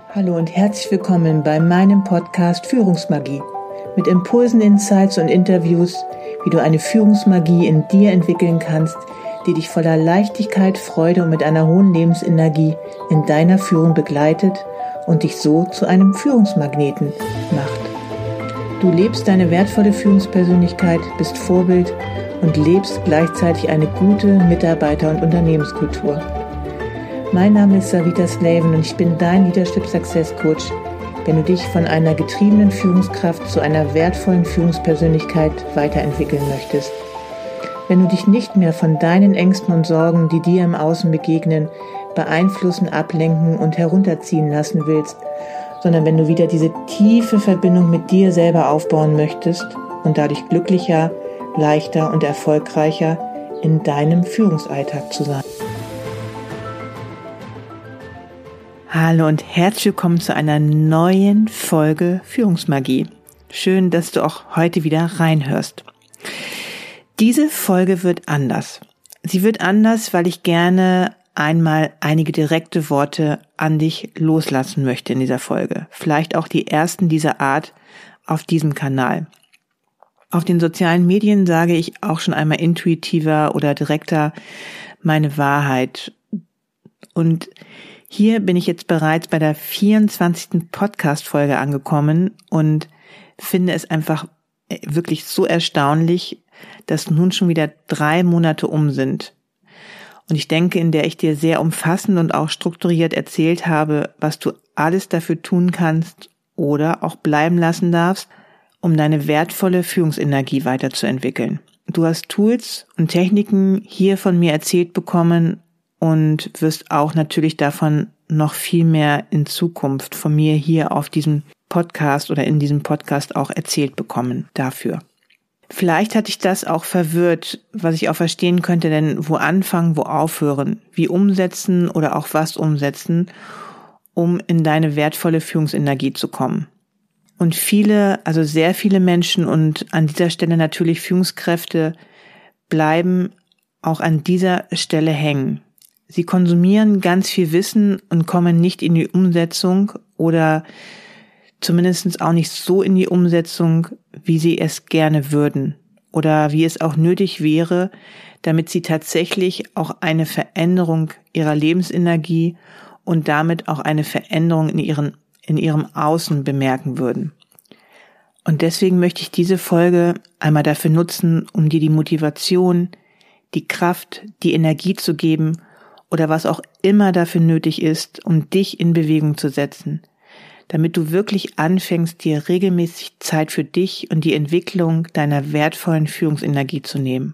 Hallo und herzlich willkommen bei meinem Podcast Führungsmagie mit Impulsen, Insights und Interviews, wie du eine Führungsmagie in dir entwickeln kannst, die dich voller Leichtigkeit, Freude und mit einer hohen Lebensenergie in deiner Führung begleitet und dich so zu einem Führungsmagneten macht. Du lebst deine wertvolle Führungspersönlichkeit, bist Vorbild und lebst gleichzeitig eine gute Mitarbeiter- und Unternehmenskultur. Mein Name ist Savita Slaven und ich bin dein Leadership Success Coach, wenn du dich von einer getriebenen Führungskraft zu einer wertvollen Führungspersönlichkeit weiterentwickeln möchtest. Wenn du dich nicht mehr von deinen Ängsten und Sorgen, die dir im Außen begegnen, beeinflussen, ablenken und herunterziehen lassen willst, sondern wenn du wieder diese tiefe Verbindung mit dir selber aufbauen möchtest und dadurch glücklicher, leichter und erfolgreicher in deinem Führungsalltag zu sein. Hallo und herzlich willkommen zu einer neuen Folge Führungsmagie. Schön, dass du auch heute wieder reinhörst. Diese Folge wird anders. Sie wird anders, weil ich gerne einmal einige direkte Worte an dich loslassen möchte in dieser Folge. Vielleicht auch die ersten dieser Art auf diesem Kanal. Auf den sozialen Medien sage ich auch schon einmal intuitiver oder direkter meine Wahrheit. Und hier bin ich jetzt bereits bei der 24. Podcast-Folge angekommen und finde es einfach wirklich so erstaunlich, dass nun schon wieder 3 Monate um sind. Und ich denke, in der ich dir sehr umfassend und auch strukturiert erzählt habe, was du alles dafür tun kannst oder auch bleiben lassen darfst, um deine wertvolle Führungsenergie weiterzuentwickeln. Du hast Tools und Techniken hier von mir erzählt bekommen und wirst auch natürlich davon noch viel mehr in Zukunft von mir hier auf diesem Podcast oder in diesem Podcast auch erzählt bekommen dafür. Vielleicht hat dich das auch verwirrt, was ich auch verstehen könnte, denn wo anfangen, wo aufhören, wie umsetzen oder auch was umsetzen, um in deine wertvolle Führungsenergie zu kommen. Und sehr viele Menschen und an dieser Stelle natürlich Führungskräfte bleiben auch an dieser Stelle hängen. Sie konsumieren ganz viel Wissen und kommen nicht in die Umsetzung oder zumindest auch nicht so in die Umsetzung, wie sie es gerne würden oder wie es auch nötig wäre, damit sie tatsächlich auch eine Veränderung ihrer Lebensenergie und damit auch eine Veränderung in ihrem Außen bemerken würden. Und deswegen möchte ich diese Folge einmal dafür nutzen, um dir die Motivation, die Kraft, die Energie zu geben oder was auch immer dafür nötig ist, um dich in Bewegung zu setzen, damit du wirklich anfängst, dir regelmäßig Zeit für dich und die Entwicklung deiner wertvollen Führungsenergie zu nehmen.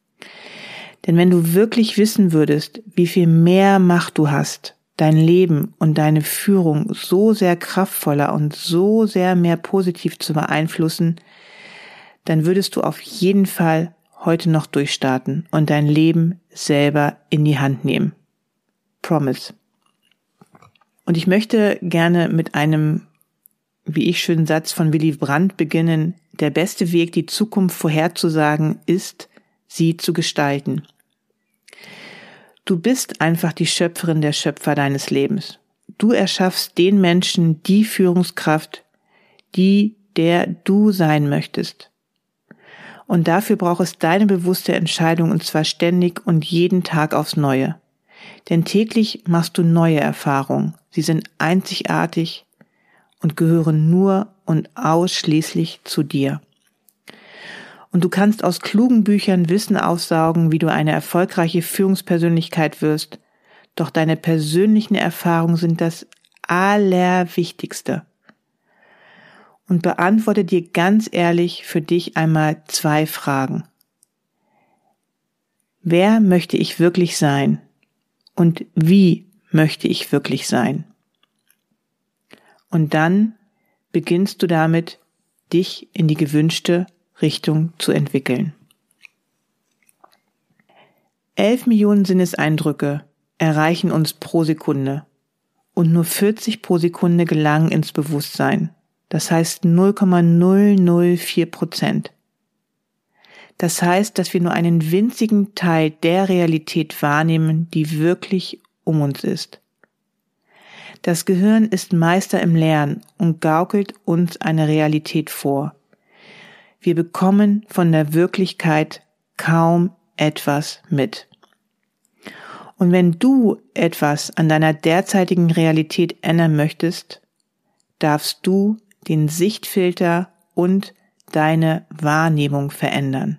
Denn wenn du wirklich wissen würdest, wie viel mehr Macht du hast, dein Leben und deine Führung so sehr kraftvoller und so sehr mehr positiv zu beeinflussen, dann würdest du auf jeden Fall heute noch durchstarten und dein Leben selber in die Hand nehmen. Promise. Und ich möchte gerne mit einem, wie ich schön Satz von Willy Brandt beginnen: Der beste Weg, die Zukunft vorherzusagen, ist, sie zu gestalten. Du bist einfach die Schöpferin, der Schöpfer deines Lebens. Du erschaffst den Menschen die Führungskraft, der du sein möchtest. Und dafür braucht es deine bewusste Entscheidung, und zwar ständig und jeden Tag aufs Neue. Denn täglich machst du neue Erfahrungen. Sie sind einzigartig und gehören nur und ausschließlich zu dir. Und du kannst aus klugen Büchern Wissen aufsaugen, wie du eine erfolgreiche Führungspersönlichkeit wirst. Doch deine persönlichen Erfahrungen sind das Allerwichtigste. Und beantworte dir ganz ehrlich für dich einmal 2 Fragen. Wer möchte ich wirklich sein? Und wie möchte ich wirklich sein? Und dann beginnst du damit, dich in die gewünschte Richtung zu entwickeln. 11 Millionen Sinneseindrücke erreichen uns pro Sekunde und nur 40 pro Sekunde gelangen ins Bewusstsein. Das heißt 0,004%. Das heißt, dass wir nur einen winzigen Teil der Realität wahrnehmen, die wirklich um uns ist. Das Gehirn ist Meister im Lernen und gaukelt uns eine Realität vor. Wir bekommen von der Wirklichkeit kaum etwas mit. Und wenn du etwas an deiner derzeitigen Realität ändern möchtest, darfst du den Sichtfilter und deine Wahrnehmung verändern.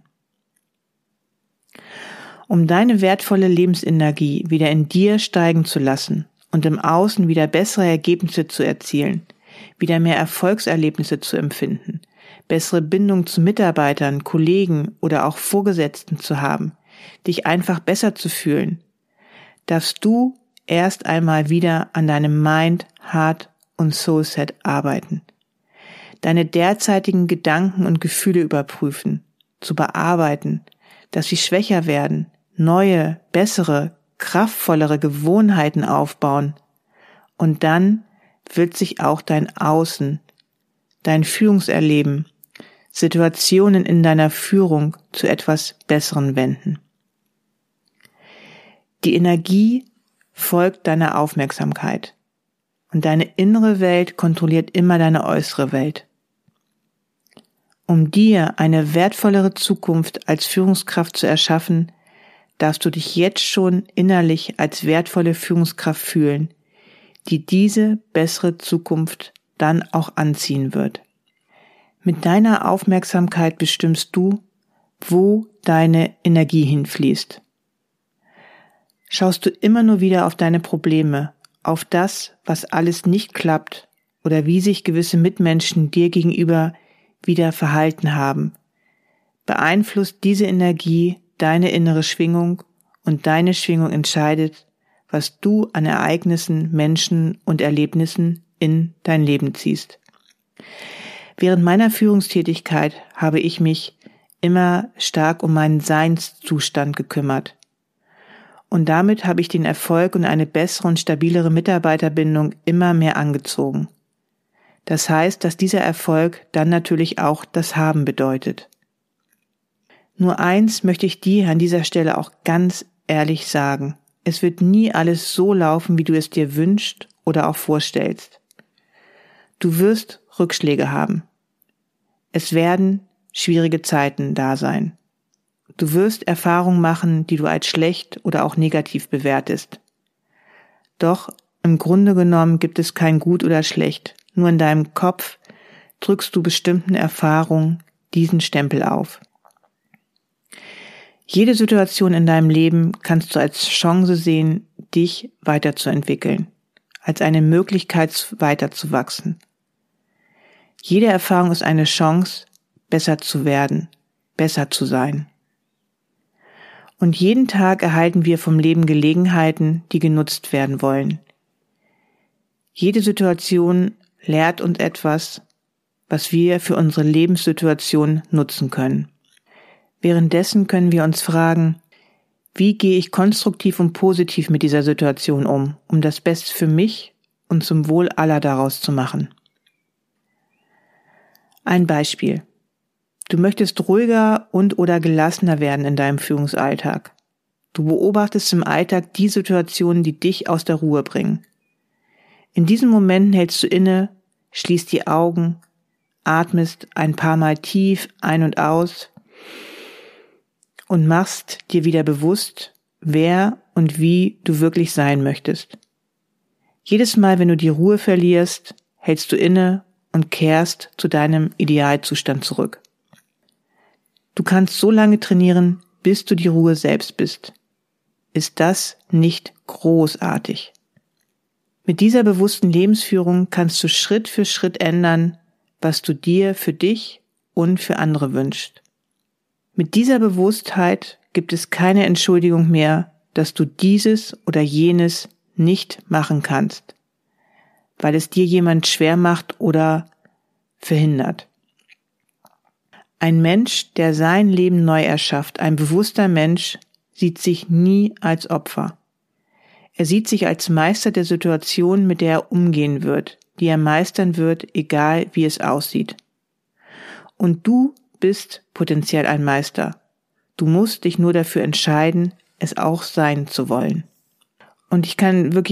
Um deine wertvolle Lebensenergie wieder in dir steigen zu lassen und im Außen wieder bessere Ergebnisse zu erzielen, wieder mehr Erfolgserlebnisse zu empfinden, bessere Bindung zu Mitarbeitern, Kollegen oder auch Vorgesetzten zu haben, dich einfach besser zu fühlen, darfst du erst einmal wieder an deinem Mind, Heart und Soulset arbeiten. Deine derzeitigen Gedanken und Gefühle überprüfen, zu bearbeiten, dass sie schwächer werden, neue, bessere, kraftvollere Gewohnheiten aufbauen. Und dann wird sich auch dein Außen, dein Führungserleben, Situationen in deiner Führung zu etwas Besseren wenden. Die Energie folgt deiner Aufmerksamkeit und deine innere Welt kontrolliert immer deine äußere Welt. Um dir eine wertvollere Zukunft als Führungskraft zu erschaffen, darfst du dich jetzt schon innerlich als wertvolle Führungskraft fühlen, die diese bessere Zukunft dann auch anziehen wird. Mit deiner Aufmerksamkeit bestimmst du, wo deine Energie hinfließt. Schaust du immer nur wieder auf deine Probleme, auf das, was alles nicht klappt oder wie sich gewisse Mitmenschen dir gegenüber wieder verhalten haben, beeinflusst diese Energie deine innere Schwingung und deine Schwingung entscheidet, was du an Ereignissen, Menschen und Erlebnissen in dein Leben ziehst. Während meiner Führungstätigkeit habe ich mich immer stark um meinen Seinszustand gekümmert. Und damit habe ich den Erfolg und eine bessere und stabilere Mitarbeiterbindung immer mehr angezogen. Das heißt, dass dieser Erfolg dann natürlich auch das Haben bedeutet. Nur eins möchte ich dir an dieser Stelle auch ganz ehrlich sagen. Es wird nie alles so laufen, wie du es dir wünschst oder auch vorstellst. Du wirst Rückschläge haben. Es werden schwierige Zeiten da sein. Du wirst Erfahrungen machen, die du als schlecht oder auch negativ bewertest. Doch im Grunde genommen gibt es kein Gut oder Schlecht. Nur in deinem Kopf drückst du bestimmten Erfahrungen diesen Stempel auf. Jede Situation in deinem Leben kannst du als Chance sehen, dich weiterzuentwickeln, als eine Möglichkeit weiterzuwachsen. Jede Erfahrung ist eine Chance, besser zu werden, besser zu sein. Und jeden Tag erhalten wir vom Leben Gelegenheiten, die genutzt werden wollen. Jede Situation lehrt uns etwas, was wir für unsere Lebenssituation nutzen können. Währenddessen können wir uns fragen, wie gehe ich konstruktiv und positiv mit dieser Situation um das Beste für mich und zum Wohl aller daraus zu machen. Ein Beispiel. Du möchtest ruhiger und oder gelassener werden in deinem Führungsalltag. Du beobachtest im Alltag die Situationen, die dich aus der Ruhe bringen. In diesen Momenten hältst du inne, schließt die Augen, atmest ein paar Mal tief ein und aus und machst dir wieder bewusst, wer und wie du wirklich sein möchtest. Jedes Mal, wenn du die Ruhe verlierst, hältst du inne und kehrst zu deinem Idealzustand zurück. Du kannst so lange trainieren, bis du die Ruhe selbst bist. Ist das nicht großartig? Mit dieser bewussten Lebensführung kannst du Schritt für Schritt ändern, was du dir für dich und für andere wünschst. Mit dieser Bewusstheit gibt es keine Entschuldigung mehr, dass du dieses oder jenes nicht machen kannst, weil es dir jemand schwer macht oder verhindert. Ein Mensch, der sein Leben neu erschafft, ein bewusster Mensch, sieht sich nie als Opfer. Er sieht sich als Meister der Situation, mit der er umgehen wird, die er meistern wird, egal wie es aussieht. Und du bist potenziell ein Meister. Du musst dich nur dafür entscheiden, es auch sein zu wollen. Und ich kann wirklich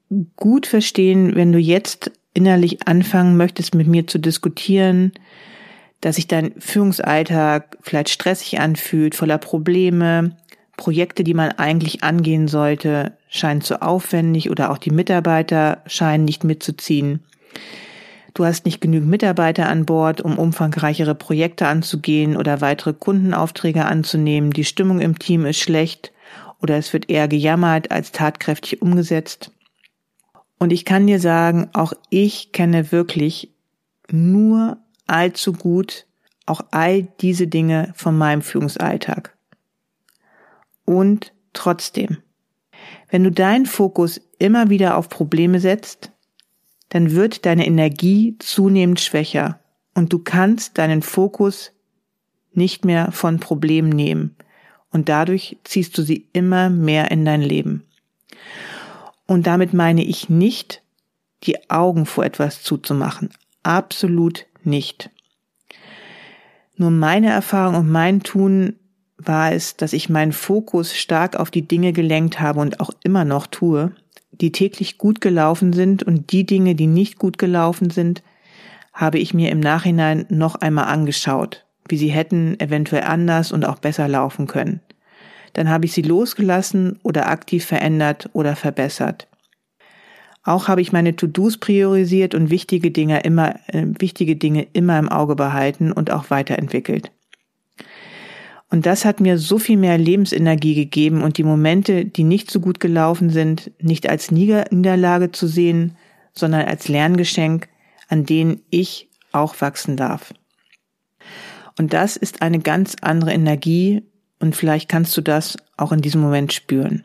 gut verstehen, wenn du jetzt innerlich anfangen möchtest, mit mir zu diskutieren, dass sich dein Führungsalltag vielleicht stressig anfühlt, voller Probleme, Projekte, die man eigentlich angehen sollte, scheinen zu aufwendig oder auch die Mitarbeiter scheinen nicht mitzuziehen. Du hast nicht genügend Mitarbeiter an Bord, um umfangreichere Projekte anzugehen oder weitere Kundenaufträge anzunehmen. Die Stimmung im Team ist schlecht oder es wird eher gejammert als tatkräftig umgesetzt. Und ich kann dir sagen, auch ich kenne wirklich nur allzu gut auch all diese Dinge von meinem Führungsalltag. Und trotzdem, wenn du deinen Fokus immer wieder auf Probleme setzt, dann wird deine Energie zunehmend schwächer und du kannst deinen Fokus nicht mehr von Problemen nehmen und dadurch ziehst du sie immer mehr in dein Leben. Und damit meine ich nicht, die Augen vor etwas zuzumachen. Absolut nicht. Nur meine Erfahrung und mein Tun war es, dass ich meinen Fokus stark auf die Dinge gelenkt habe und auch immer noch tue, die täglich gut gelaufen sind, und die Dinge, die nicht gut gelaufen sind, habe ich mir im Nachhinein noch einmal angeschaut, wie sie hätten eventuell anders und auch besser laufen können. Dann habe ich sie losgelassen oder aktiv verändert oder verbessert. Auch habe ich meine To-Dos priorisiert und wichtige Dinge immer im Auge behalten und auch weiterentwickelt. Und das hat mir so viel mehr Lebensenergie gegeben und die Momente, die nicht so gut gelaufen sind, nicht als Niederlage zu sehen, sondern als Lerngeschenk, an denen ich auch wachsen darf. Und das ist eine ganz andere Energie und vielleicht kannst du das auch in diesem Moment spüren.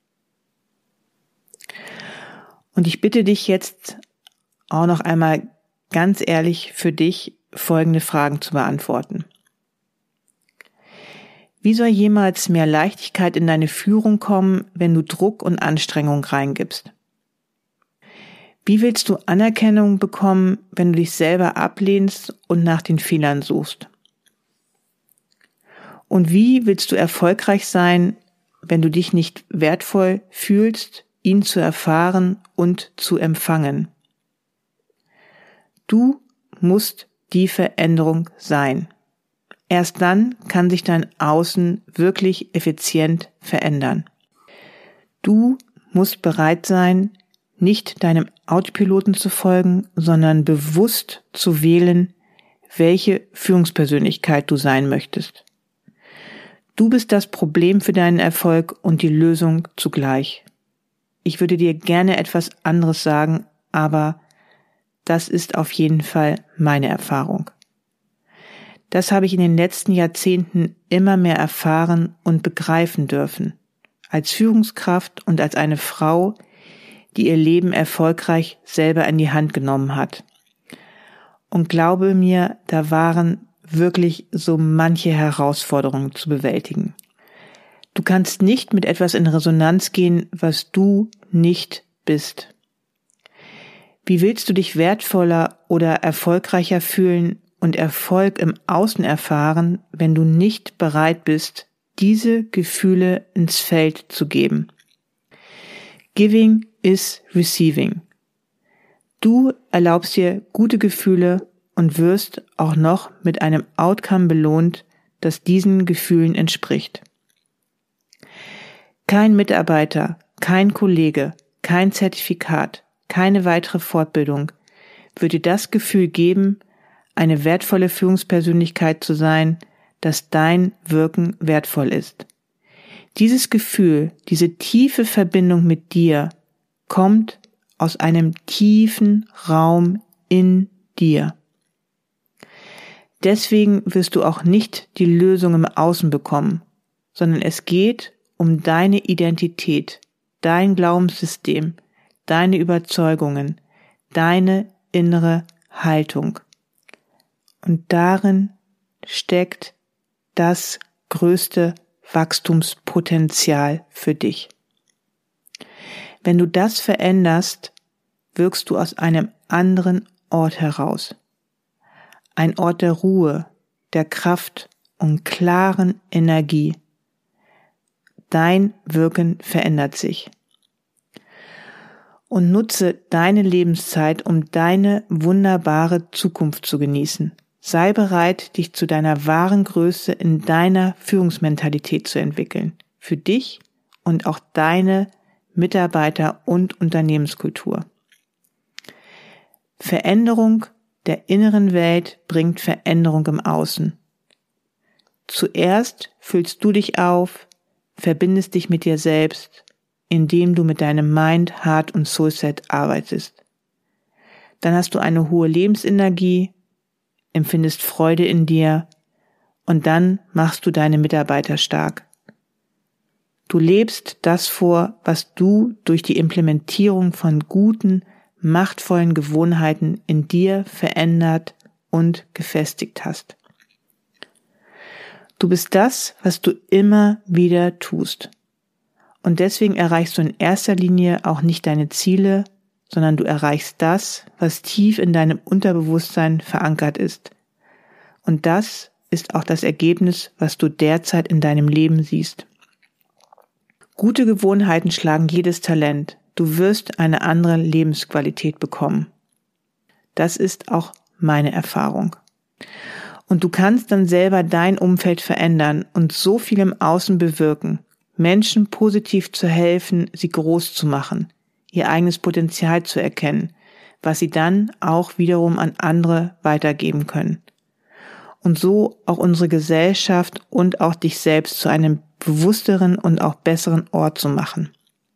Und ich bitte dich jetzt auch noch einmal ganz ehrlich für dich folgende Fragen zu beantworten. Wie soll jemals mehr Leichtigkeit in deine Führung kommen, wenn du Druck und Anstrengung reingibst? Wie willst du Anerkennung bekommen, wenn du dich selber ablehnst und nach den Fehlern suchst? Und wie willst du erfolgreich sein, wenn du dich nicht wertvoll fühlst, ihn zu erfahren und zu empfangen? Du musst die Veränderung sein. Erst dann kann sich dein Außen wirklich effizient verändern. Du musst bereit sein, nicht deinem Autopiloten zu folgen, sondern bewusst zu wählen, welche Führungspersönlichkeit du sein möchtest. Du bist das Problem für deinen Erfolg und die Lösung zugleich. Ich würde dir gerne etwas anderes sagen, aber das ist auf jeden Fall meine Erfahrung. Das habe ich in den letzten Jahrzehnten immer mehr erfahren und begreifen dürfen. Als Führungskraft und als eine Frau, die ihr Leben erfolgreich selber in die Hand genommen hat. Und glaube mir, da waren wirklich so manche Herausforderungen zu bewältigen. Du kannst nicht mit etwas in Resonanz gehen, was du nicht bist. Wie willst du dich wertvoller oder erfolgreicher fühlen und Erfolg im Außen erfahren, wenn du nicht bereit bist, diese Gefühle ins Feld zu geben? Giving is receiving. Du erlaubst dir gute Gefühle und wirst auch noch mit einem Outcome belohnt, das diesen Gefühlen entspricht. Kein Mitarbeiter, kein Kollege, kein Zertifikat, keine weitere Fortbildung wird dir das Gefühl geben, eine wertvolle Führungspersönlichkeit zu sein, dass dein Wirken wertvoll ist. Dieses Gefühl, diese tiefe Verbindung mit dir kommt aus einem tiefen Raum in dir. Deswegen wirst du auch nicht die Lösung im Außen bekommen, sondern es geht um deine Identität, dein Glaubenssystem, deine Überzeugungen, deine innere Haltung. Und darin steckt das größte Wachstumspotenzial für dich. Wenn du das veränderst, wirkst du aus einem anderen Ort heraus. Ein Ort der Ruhe, der Kraft und klaren Energie. Dein Wirken verändert sich. und nutze deine Lebenszeit, um deine wunderbare Zukunft zu genießen. Sei bereit, dich zu deiner wahren Größe in deiner Führungsmentalität zu entwickeln. Für dich und auch deine Mitarbeiter und Unternehmenskultur. Veränderung der inneren Welt bringt Veränderung im Außen. Zuerst füllst du dich auf, verbindest dich mit dir selbst, indem du mit deinem Mind, Heart und Soulset arbeitest. Dann hast du eine hohe Lebensenergie, empfindest Freude in dir und dann machst du deine Mitarbeiter stark. Du lebst das vor, was du durch die Implementierung von guten, machtvollen Gewohnheiten in dir verändert und gefestigt hast. Du bist das, was du immer wieder tust. Und deswegen erreichst du in erster Linie auch nicht deine Ziele, sondern du erreichst das, was tief in deinem Unterbewusstsein verankert ist. Und das ist auch das Ergebnis, was du derzeit in deinem Leben siehst. Gute Gewohnheiten schlagen jedes Talent. Du wirst eine andere Lebensqualität bekommen. Das ist auch meine Erfahrung. Und du kannst dann selber dein Umfeld verändern und so viel im Außen bewirken, Menschen positiv zu helfen, sie groß zu machen, ihr eigenes Potenzial zu erkennen, was sie dann auch wiederum an andere weitergeben können. Und so auch unsere Gesellschaft und auch dich selbst zu einem bewussteren und auch besseren Ort zu machen.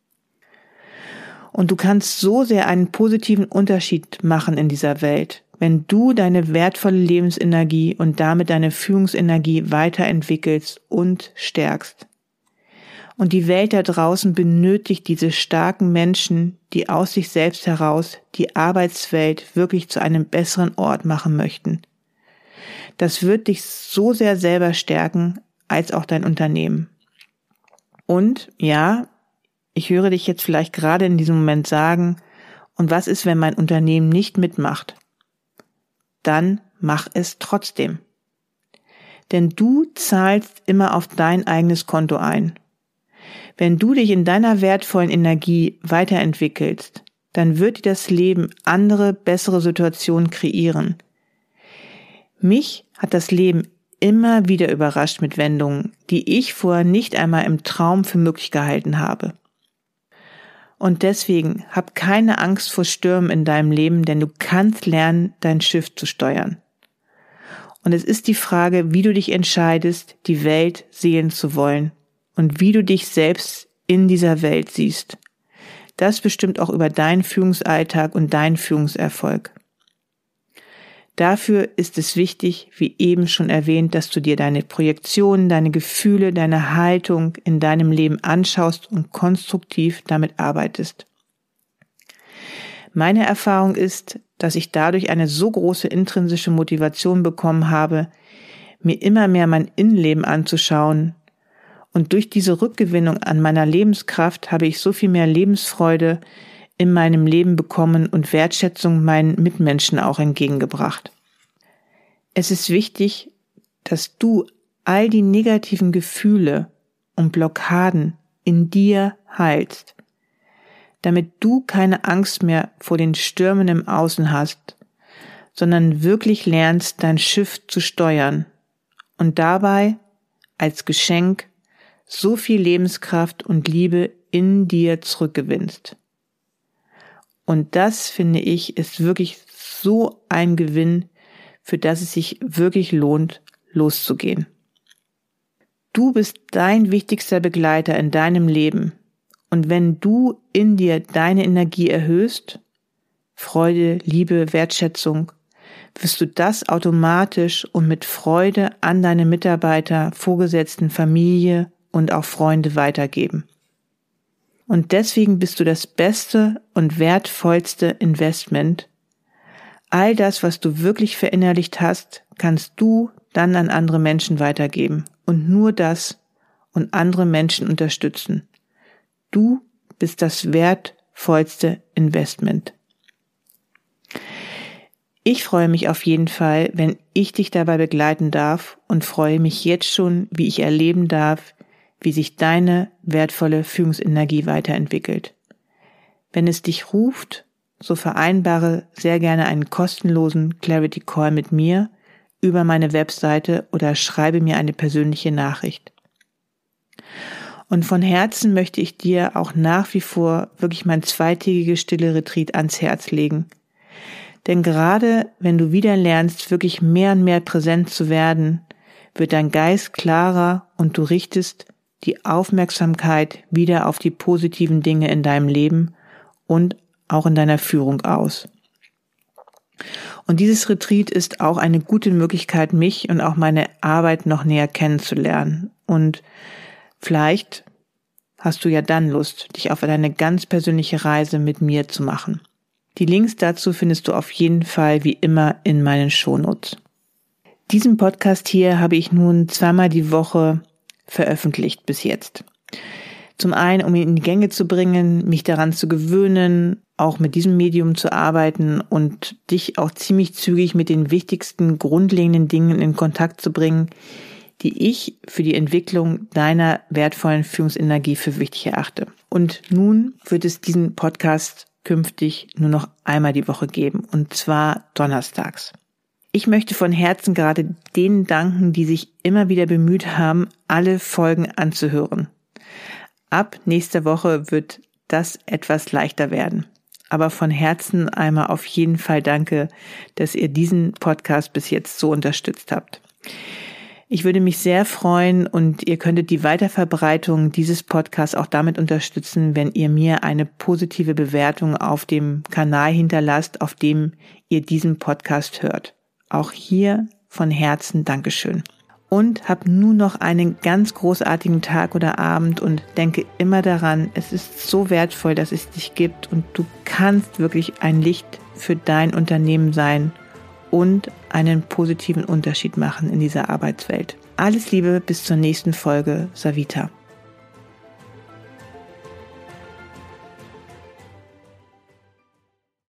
Und du kannst so sehr einen positiven Unterschied machen in dieser Welt, wenn du deine wertvolle Lebensenergie und damit deine Führungsenergie weiterentwickelst und stärkst. Und die Welt da draußen benötigt diese starken Menschen, die aus sich selbst heraus die Arbeitswelt wirklich zu einem besseren Ort machen möchten. Das wird dich so sehr selber stärken, als auch dein Unternehmen. Und ja, ich höre dich jetzt vielleicht gerade in diesem Moment sagen, und was ist, wenn mein Unternehmen nicht mitmacht? Dann mach es trotzdem. Denn du zahlst immer auf dein eigenes Konto ein. Wenn du dich in deiner wertvollen Energie weiterentwickelst, dann wird dir das Leben andere, bessere Situationen kreieren. Mich hat das Leben immer wieder überrascht mit Wendungen, die ich vorher nicht einmal im Traum für möglich gehalten habe. Und deswegen hab keine Angst vor Stürmen in deinem Leben, denn du kannst lernen, dein Schiff zu steuern. Und es ist die Frage, wie du dich entscheidest, die Welt sehen zu wollen und wie du dich selbst in dieser Welt siehst. Das bestimmt auch über deinen Führungsalltag und deinen Führungserfolg. Dafür ist es wichtig, wie eben schon erwähnt, dass du dir deine Projektionen, deine Gefühle, deine Haltung in deinem Leben anschaust und konstruktiv damit arbeitest. Meine Erfahrung ist, dass ich dadurch eine so große intrinsische Motivation bekommen habe, mir immer mehr mein Innenleben anzuschauen. Und durch diese Rückgewinnung an meiner Lebenskraft habe ich so viel mehr Lebensfreude in meinem Leben bekommen und Wertschätzung meinen Mitmenschen auch entgegengebracht. Es ist wichtig, dass du all die negativen Gefühle und Blockaden in dir heilst, damit du keine Angst mehr vor den Stürmen im Außen hast, sondern wirklich lernst, dein Schiff zu steuern und dabei als Geschenk so viel Lebenskraft und Liebe in dir zurückgewinnst. Und das, finde ich, ist wirklich so ein Gewinn, für das es sich wirklich lohnt, loszugehen. Du bist dein wichtigster Begleiter in deinem Leben. Und wenn du in dir deine Energie erhöhst, Freude, Liebe, Wertschätzung, wirst du das automatisch und mit Freude an deine Mitarbeiter, Vorgesetzten, Familie und auch Freunde weitergeben. Und deswegen bist du das beste und wertvollste Investment. All das, was du wirklich verinnerlicht hast, kannst du dann an andere Menschen weitergeben und nur das und andere Menschen unterstützen. Du bist das wertvollste Investment. Ich freue mich auf jeden Fall, wenn ich dich dabei begleiten darf und freue mich jetzt schon, wie ich erleben darf, wie sich deine wertvolle Führungsenergie weiterentwickelt. Wenn es dich ruft, so vereinbare sehr gerne einen kostenlosen Clarity Call mit mir über meine Webseite oder schreibe mir eine persönliche Nachricht. Und von Herzen möchte ich dir auch nach wie vor wirklich mein 2-tägiges stille Retreat ans Herz legen. Denn gerade wenn du wieder lernst, wirklich mehr und mehr präsent zu werden, wird dein Geist klarer und du richtest die Aufmerksamkeit wieder auf die positiven Dinge in deinem Leben und auch in deiner Führung aus. Und dieses Retreat ist auch eine gute Möglichkeit, mich und auch meine Arbeit noch näher kennenzulernen. Und vielleicht hast du ja dann Lust, dich auf eine ganz persönliche Reise mit mir zu machen. Die Links dazu findest du auf jeden Fall wie immer in meinen Shownotes. Diesen Podcast hier habe ich nun 2-mal die Woche veröffentlicht bis jetzt. Zum einen, um ihn in die Gänge zu bringen, mich daran zu gewöhnen, auch mit diesem Medium zu arbeiten und dich auch ziemlich zügig mit den wichtigsten grundlegenden Dingen in Kontakt zu bringen, die ich für die Entwicklung deiner wertvollen Führungsenergie für wichtig erachte. Und nun wird es diesen Podcast künftig nur noch einmal die Woche geben, und zwar donnerstags. Ich möchte von Herzen gerade denen danken, die sich immer wieder bemüht haben, alle Folgen anzuhören. Ab nächster Woche wird das etwas leichter werden. Aber von Herzen einmal auf jeden Fall danke, dass ihr diesen Podcast bis jetzt so unterstützt habt. Ich würde mich sehr freuen und ihr könntet die Weiterverbreitung dieses Podcasts auch damit unterstützen, wenn ihr mir eine positive Bewertung auf dem Kanal hinterlasst, auf dem ihr diesen Podcast hört. Auch hier von Herzen Dankeschön. Und hab nun noch einen ganz großartigen Tag oder Abend und denke immer daran, es ist so wertvoll, dass es dich gibt und du kannst wirklich ein Licht für dein Unternehmen sein und einen positiven Unterschied machen in dieser Arbeitswelt. Alles Liebe, bis zur nächsten Folge, Savita.